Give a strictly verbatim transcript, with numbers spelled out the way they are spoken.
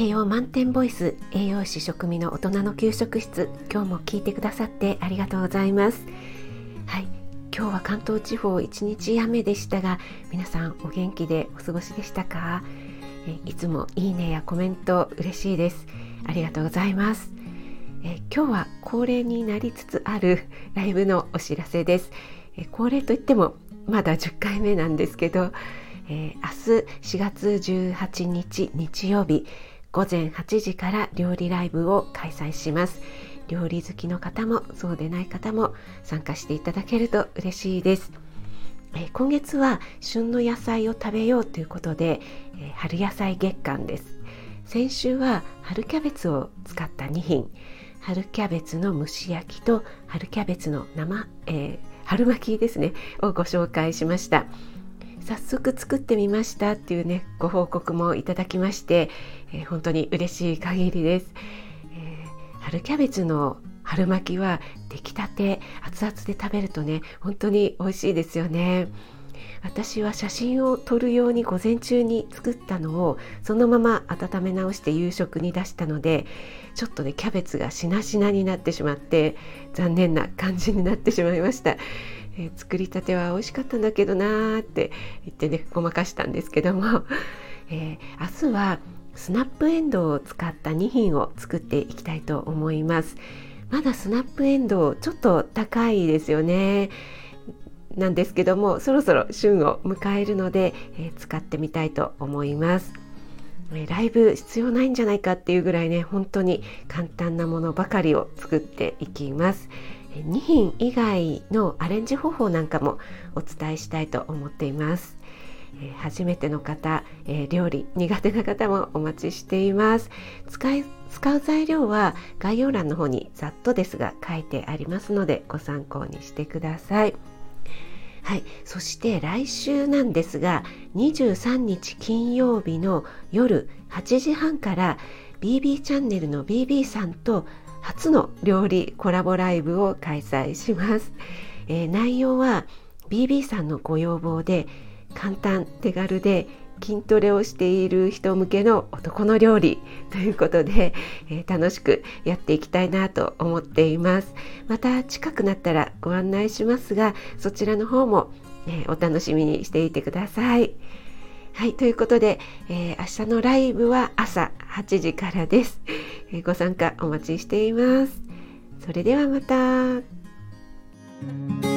栄養満点ボイス、栄養士食味の大人の給食室、今日も聞いてくださってありがとうございます。はい、今日は関東地方一日雨でしたが、皆さんお元気でお過ごしでしたか？えいつもいいねやコメント嬉しいです。ありがとうございます。え今日は恒例になりつつあるライブのお知らせです。え恒例といってもまだじゅっかいめなんですけど、えー、明日しがつじゅうはちにち日曜日ごぜんはちじから料理ライブを開催します。料理好きの方もそうでない方も参加していただけると嬉しいです。えー、今月は旬の野菜を食べようということで、えー、春野菜月間です。先週は春キャベツを使ったに品、春キャベツの蒸し焼きと春キャベツの生、えー、春巻きですねをご紹介しました。早速作ってみましたっていうねご報告もいただきまして、えー、本当に嬉しい限りです。えー、春キャベツの春巻きは出来たて熱々で食べるとね本当に美味しいですよね。私は写真を撮るように午前中に作ったのをそのまま温め直して夕食に出したので、ちょっとねキャベツがしなしなになってしまって残念な感じになってしまいました。えー、作りたては美味しかったんだけどなーって言ってねごまかしたんですけども、えー、明日はスナップエンドウを使ったに品を作っていきたいと思います。まだスナップエンドウちょっと高いですよね。なんですけどもそろそろ旬を迎えるので、えー、使ってみたいと思います。えー、ライブ必要ないんじゃないかっていうぐらいね本当に簡単なものばかりを作っていきます。に品以外のアレンジ方法なんかもお伝えしたいと思っています。えー、初めての方、えー、料理苦手な方もお待ちしています。使い使う材料は概要欄の方にざっとですが書いてありますのでご参考にしてください。はい、そして来週なんですがにじゅうさんにち金曜日の夜はちじはんから ビービー チャンネルの ビービー さんと初の料理コラボライブを開催します。えー、内容は ビービー さんのご要望で簡単手軽で筋トレをしている人向けの男の料理ということで、えー、楽しくやっていきたいなと思っています。また近くなったらご案内しますが、そちらの方も、えー、お楽しみにしていてください。はい、ということで、えー、明日のライブは朝はちじからです。えー、ご参加お待ちしています。それではまた。